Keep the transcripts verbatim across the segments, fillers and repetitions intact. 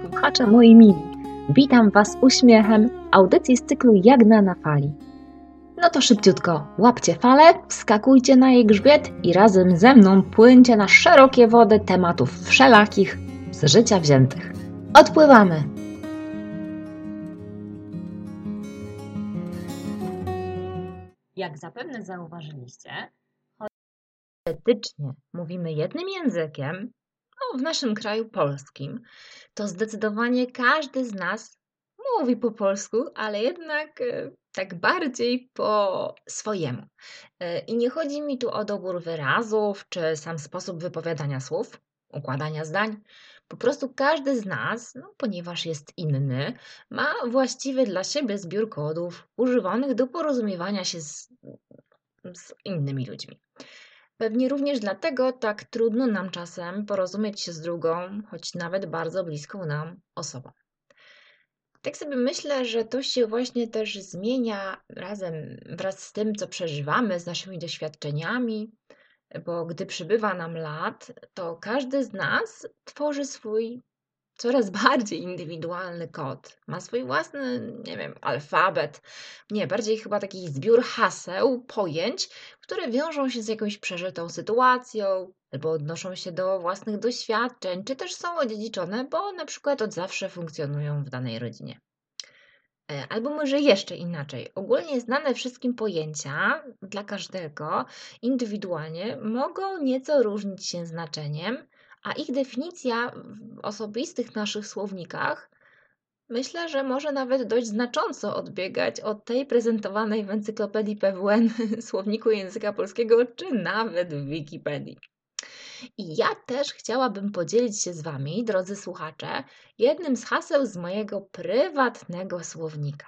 słuchacze moi mili, witam Was uśmiechem audycji z cyklu Jagna na fali. No to szybciutko, łapcie falę, wskakujcie na jej grzbiet i razem ze mną płyńcie na szerokie wody tematów wszelakich z życia wziętych. Odpływamy! Jak zapewne zauważyliście, choć teoretycznie mówimy jednym językiem, no w naszym kraju polskim, to zdecydowanie każdy z nas mówi po polsku, ale jednak e, tak bardziej po swojemu. E, I nie chodzi mi tu o dobór wyrazów, czy sam sposób wypowiadania słów, układania zdań. Po prostu każdy z nas, no, ponieważ jest inny, ma właściwy dla siebie zbiór kodów używanych do porozumiewania się z, z innymi ludźmi. Pewnie również dlatego tak trudno nam czasem porozumieć się z drugą, choć nawet bardzo bliską nam osobą. Tak sobie myślę, że to się właśnie też zmienia razem wraz z tym, co przeżywamy, z naszymi doświadczeniami, bo gdy przybywa nam lat, to każdy z nas tworzy swój coraz bardziej indywidualny kod. Ma swój własny, nie wiem, alfabet. Nie, bardziej chyba taki zbiór haseł, pojęć, które wiążą się z jakąś przeżytą sytuacją, albo odnoszą się do własnych doświadczeń, czy też są odziedziczone, bo na przykład od zawsze funkcjonują w danej rodzinie. Albo może jeszcze inaczej. Ogólnie znane wszystkim pojęcia dla każdego indywidualnie mogą nieco różnić się znaczeniem, a ich definicja w osobistych naszych słownikach myślę, że może nawet dość znacząco odbiegać od tej prezentowanej w Encyklopedii P W N, Słowniku Języka Polskiego, czy nawet w Wikipedii. I ja też chciałabym podzielić się z Wami, drodzy słuchacze, jednym z haseł z mojego prywatnego słownika.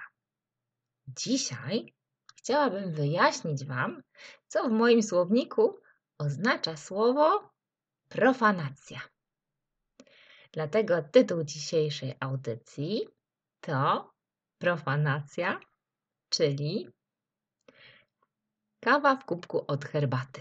Dzisiaj chciałabym wyjaśnić Wam, co w moim słowniku oznacza słowo profanacja. Dlatego tytuł dzisiejszej audycji to profanacja, czyli kawa w kubku od herbaty.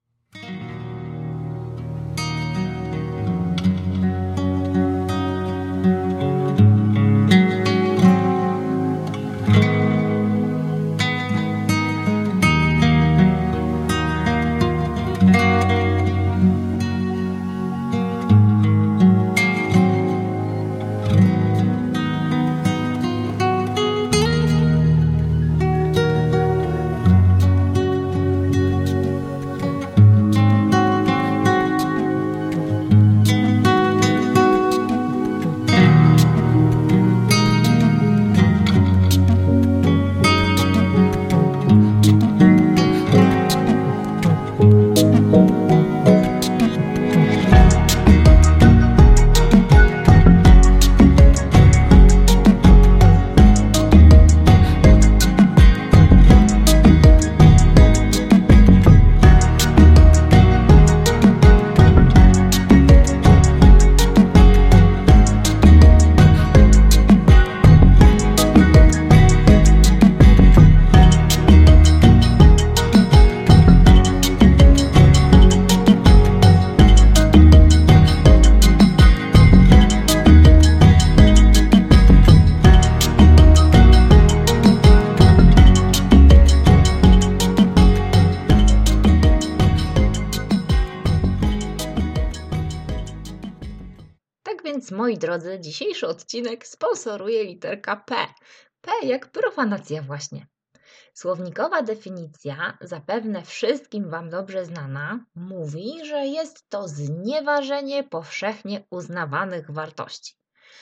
Więc, moi drodzy, dzisiejszy odcinek sponsoruje literka P. P jak profanacja właśnie. Słownikowa definicja, zapewne wszystkim Wam dobrze znana, mówi, że jest to znieważenie powszechnie uznawanych wartości.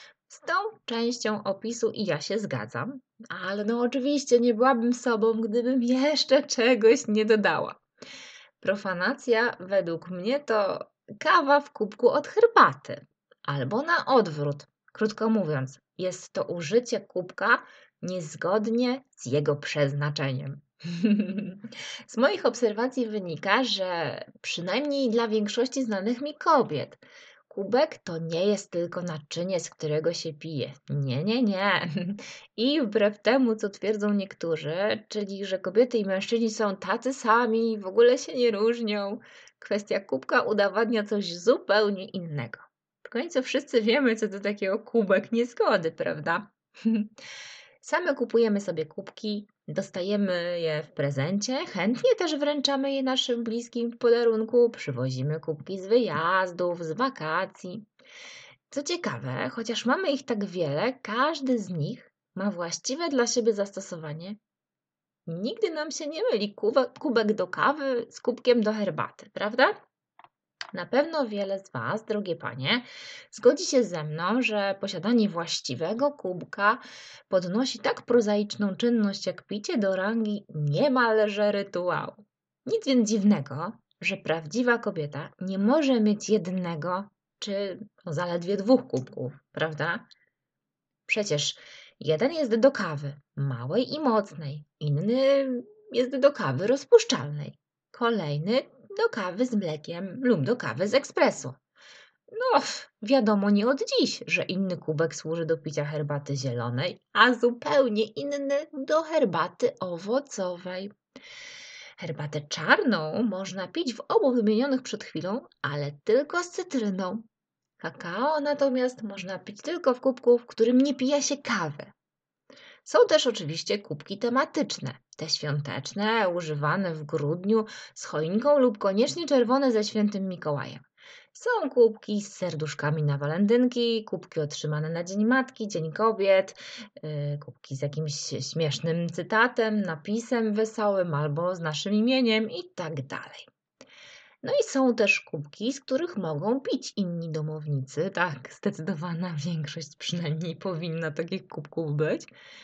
Z tą częścią opisu i ja się zgadzam, ale no oczywiście nie byłabym sobą, gdybym jeszcze czegoś nie dodała. Profanacja według mnie to kawa w kubku od herbaty. Albo na odwrót. Krótko mówiąc, jest to użycie kubka niezgodnie z jego przeznaczeniem. Z moich obserwacji wynika, że przynajmniej dla większości znanych mi kobiet, kubek to nie jest tylko naczynie, z którego się pije. Nie, nie, nie. I wbrew temu, co twierdzą niektórzy, czyli że kobiety i mężczyźni są tacy sami i w ogóle się nie różnią, kwestia kubka udowadnia coś zupełnie innego. W końcu wszyscy wiemy, co to takiego kubek niezgody, prawda? Same kupujemy sobie kubki, dostajemy je w prezencie, chętnie też wręczamy je naszym bliskim w podarunku, przywozimy kubki z wyjazdów, z wakacji. Co ciekawe, chociaż mamy ich tak wiele, każdy z nich ma właściwe dla siebie zastosowanie. Nigdy nam się nie myli kubek, kubek do kawy z kubkiem do herbaty, prawda? Na pewno wiele z Was, drogie panie, zgodzi się ze mną, że posiadanie właściwego kubka podnosi tak prozaiczną czynność jak picie do rangi niemalże rytuału. Nic więc dziwnego, że prawdziwa kobieta nie może mieć jednego czy no, zaledwie dwóch kubków, prawda? Przecież jeden jest do kawy małej i mocnej, inny jest do kawy rozpuszczalnej, kolejny do kawy z mlekiem lub do kawy z ekspresu. No, wiadomo nie od dziś, że inny kubek służy do picia herbaty zielonej, a zupełnie inny do herbaty owocowej. Herbatę czarną można pić w obu wymienionych przed chwilą, ale tylko z cytryną. Kakao natomiast można pić tylko w kubku, w którym nie pija się kawy. Są też oczywiście kubki tematyczne, te świąteczne, używane w grudniu z choinką lub koniecznie czerwone ze świętym Mikołajem. Są kubki z serduszkami na walentynki, kubki otrzymane na Dzień Matki, Dzień Kobiet, yy, kubki z jakimś śmiesznym cytatem, napisem wesołym albo z naszym imieniem i tak dalej. No i są też kubki, z których mogą pić inni domownicy. Tak, zdecydowana większość przynajmniej powinna takich kubków być.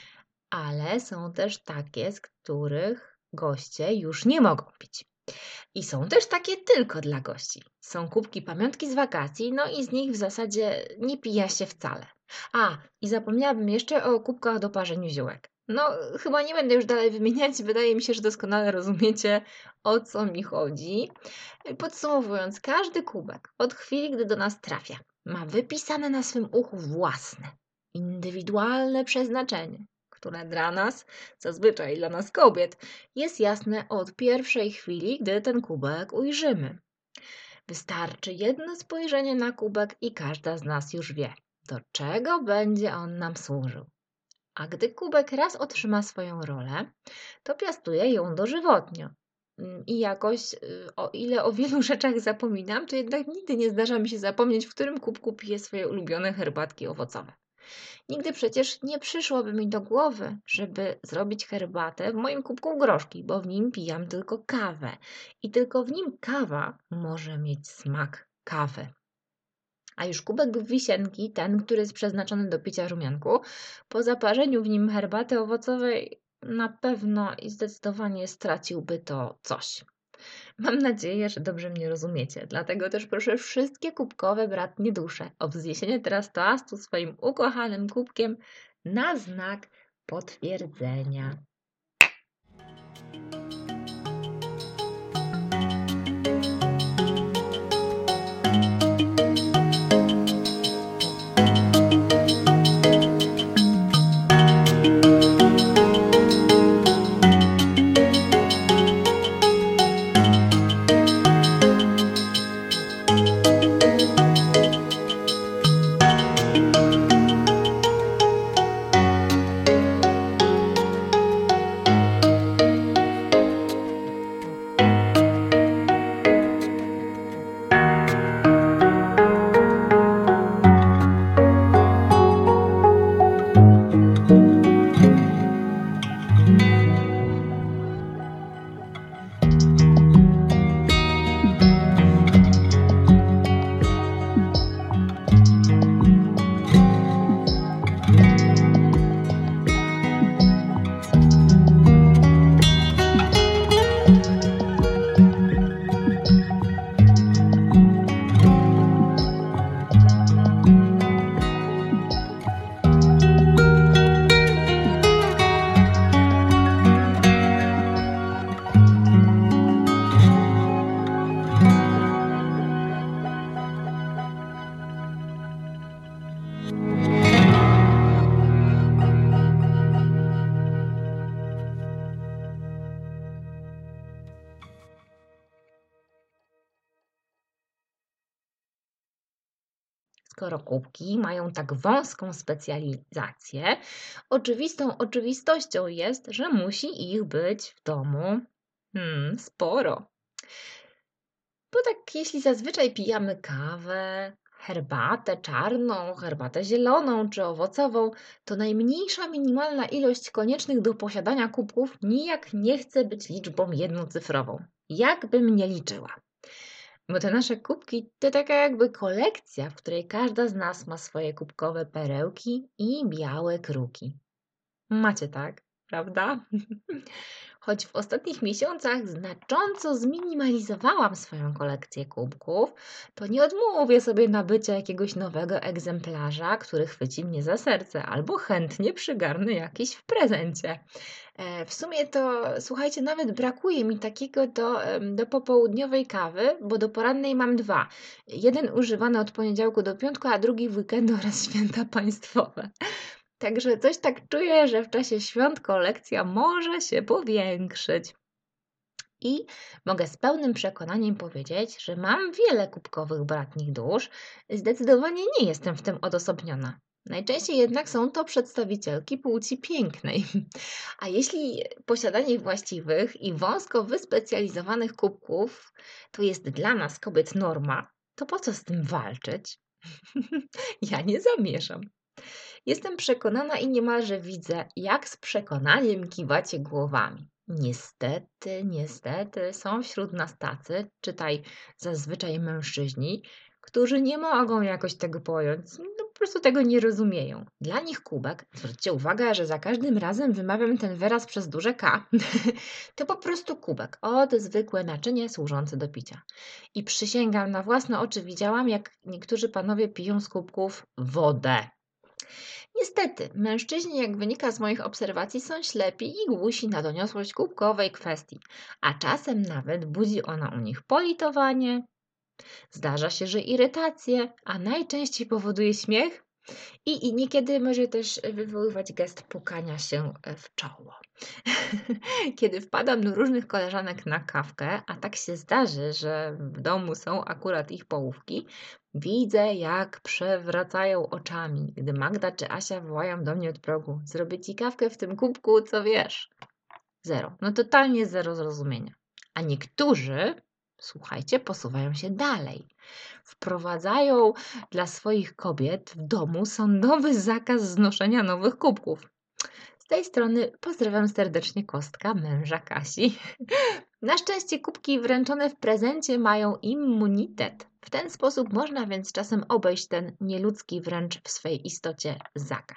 Ale są też takie, z których goście już nie mogą pić. I są też takie tylko dla gości. Są kubki pamiątki z wakacji, no i z nich w zasadzie nie pija się wcale. A, i zapomniałabym jeszcze o kubkach do parzenia ziółek. No, chyba nie będę już dalej wymieniać, wydaje mi się, że doskonale rozumiecie, o co mi chodzi. Podsumowując, każdy kubek od chwili, gdy do nas trafia, ma wypisane na swym uchu własne, indywidualne przeznaczenie, które dla nas, zazwyczaj dla nas kobiet, jest jasne od pierwszej chwili, gdy ten kubek ujrzymy. Wystarczy jedno spojrzenie na kubek i każda z nas już wie, do czego będzie on nam służył. A gdy kubek raz otrzyma swoją rolę, to piastuje ją dożywotnio. I jakoś, o ile o wielu rzeczach zapominam, to jednak nigdy nie zdarza mi się zapomnieć, w którym kubku piję swoje ulubione herbatki owocowe. Nigdy przecież nie przyszłoby mi do głowy, żeby zrobić herbatę w moim kubku groszki, bo w nim pijam tylko kawę. I tylko w nim kawa może mieć smak kawy. A już kubek wisienki, ten, który jest przeznaczony do picia rumianku, po zaparzeniu w nim herbaty owocowej na pewno i zdecydowanie straciłby to coś. Mam nadzieję, że dobrze mnie rozumiecie, dlatego też proszę wszystkie kubkowe bratnie dusze o wzniesienie teraz toastu swoim ukochanym kubkiem na znak potwierdzenia. Skoro kubki mają tak wąską specjalizację, oczywistą oczywistością jest, że musi ich być w domu hmm, sporo. Bo tak jeśli zazwyczaj pijamy kawę, herbatę czarną, herbatę zieloną czy owocową, to najmniejsza minimalna ilość koniecznych do posiadania kubków nijak nie chce być liczbą jednocyfrową. Jakbym nie liczyła. Bo te nasze kubki to taka jakby kolekcja, w której każda z nas ma swoje kubkowe perełki i białe kruki. Macie tak, prawda? Choć w ostatnich miesiącach znacząco zminimalizowałam swoją kolekcję kubków, to nie odmówię sobie nabycia jakiegoś nowego egzemplarza, który chwyci mnie za serce, albo chętnie przygarnę jakiś w prezencie. W sumie to, słuchajcie, nawet brakuje mi takiego do, do popołudniowej kawy, bo do porannej mam dwa. Jeden używany od poniedziałku do piątku, a drugi w weekendy oraz święta państwowe. Także coś tak czuję, że w czasie świąt kolekcja może się powiększyć. I mogę z pełnym przekonaniem powiedzieć, że mam wiele kubkowych bratnich dusz. Zdecydowanie nie jestem w tym odosobniona. Najczęściej jednak są to przedstawicielki płci pięknej. A jeśli posiadanie właściwych i wąsko wyspecjalizowanych kubków to jest dla nas kobiet norma, to po co z tym walczyć? Ja nie zamierzam. Jestem przekonana i niemalże widzę, jak z przekonaniem kiwacie głowami. Niestety, niestety są wśród nas tacy, czytaj zazwyczaj mężczyźni, którzy nie mogą jakoś tego pojąć, no, po prostu tego nie rozumieją. Dla nich kubek, zwróćcie uwagę, że za każdym razem wymawiam ten wyraz przez duże K, to po prostu kubek, od zwykłe naczynie służące do picia. I przysięgam, na własne oczy widziałam, jak niektórzy panowie piją z kubków wodę. Niestety, mężczyźni, jak wynika z moich obserwacji, są ślepi i głusi na doniosłość kubkowej kwestii, a czasem nawet budzi ona u nich politowanie, zdarza się, że irytację, a najczęściej powoduje śmiech i, i niekiedy może też wywoływać gest pukania się w czoło. Kiedy wpadam do różnych koleżanek na kawkę, a tak się zdarzy, że w domu są akurat ich połówki, widzę, jak przewracają oczami, gdy Magda czy Asia wołają do mnie od progu: zrobię ci kawkę w tym kubku, co wiesz? Zero. No totalnie zero zrozumienia. A niektórzy, słuchajcie, posuwają się dalej. Wprowadzają dla swoich kobiet w domu sądowy zakaz znoszenia nowych kubków. Z tej strony pozdrawiam serdecznie Kostka, męża Kasi. Na szczęście kubki wręczone w prezencie mają immunitet. W ten sposób można więc czasem obejść ten nieludzki wręcz w swej istocie zakaz.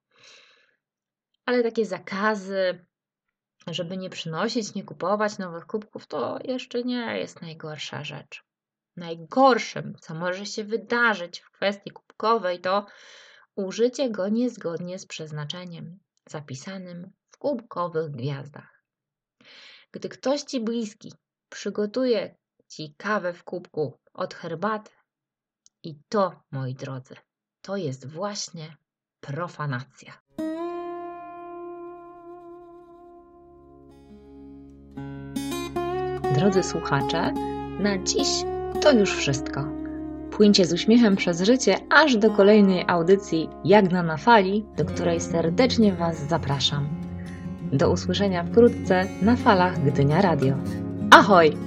Ale takie zakazy, żeby nie przynosić, nie kupować nowych kubków, to jeszcze nie jest najgorsza rzecz. Najgorszym, co może się wydarzyć w kwestii kubkowej, to użycie go niezgodnie z przeznaczeniem zapisanym w kubkowych gwiazdach. Gdy ktoś Ci bliski przygotuje Ci kawę w kubku od herbaty, i to, moi drodzy, to jest właśnie profanacja. Drodzy słuchacze, na dziś to już wszystko. Płyńcie z uśmiechem przez życie aż do kolejnej audycji Jagna na fali, do której serdecznie Was zapraszam. Do usłyszenia wkrótce na falach Gdynia Radio. Ahoj!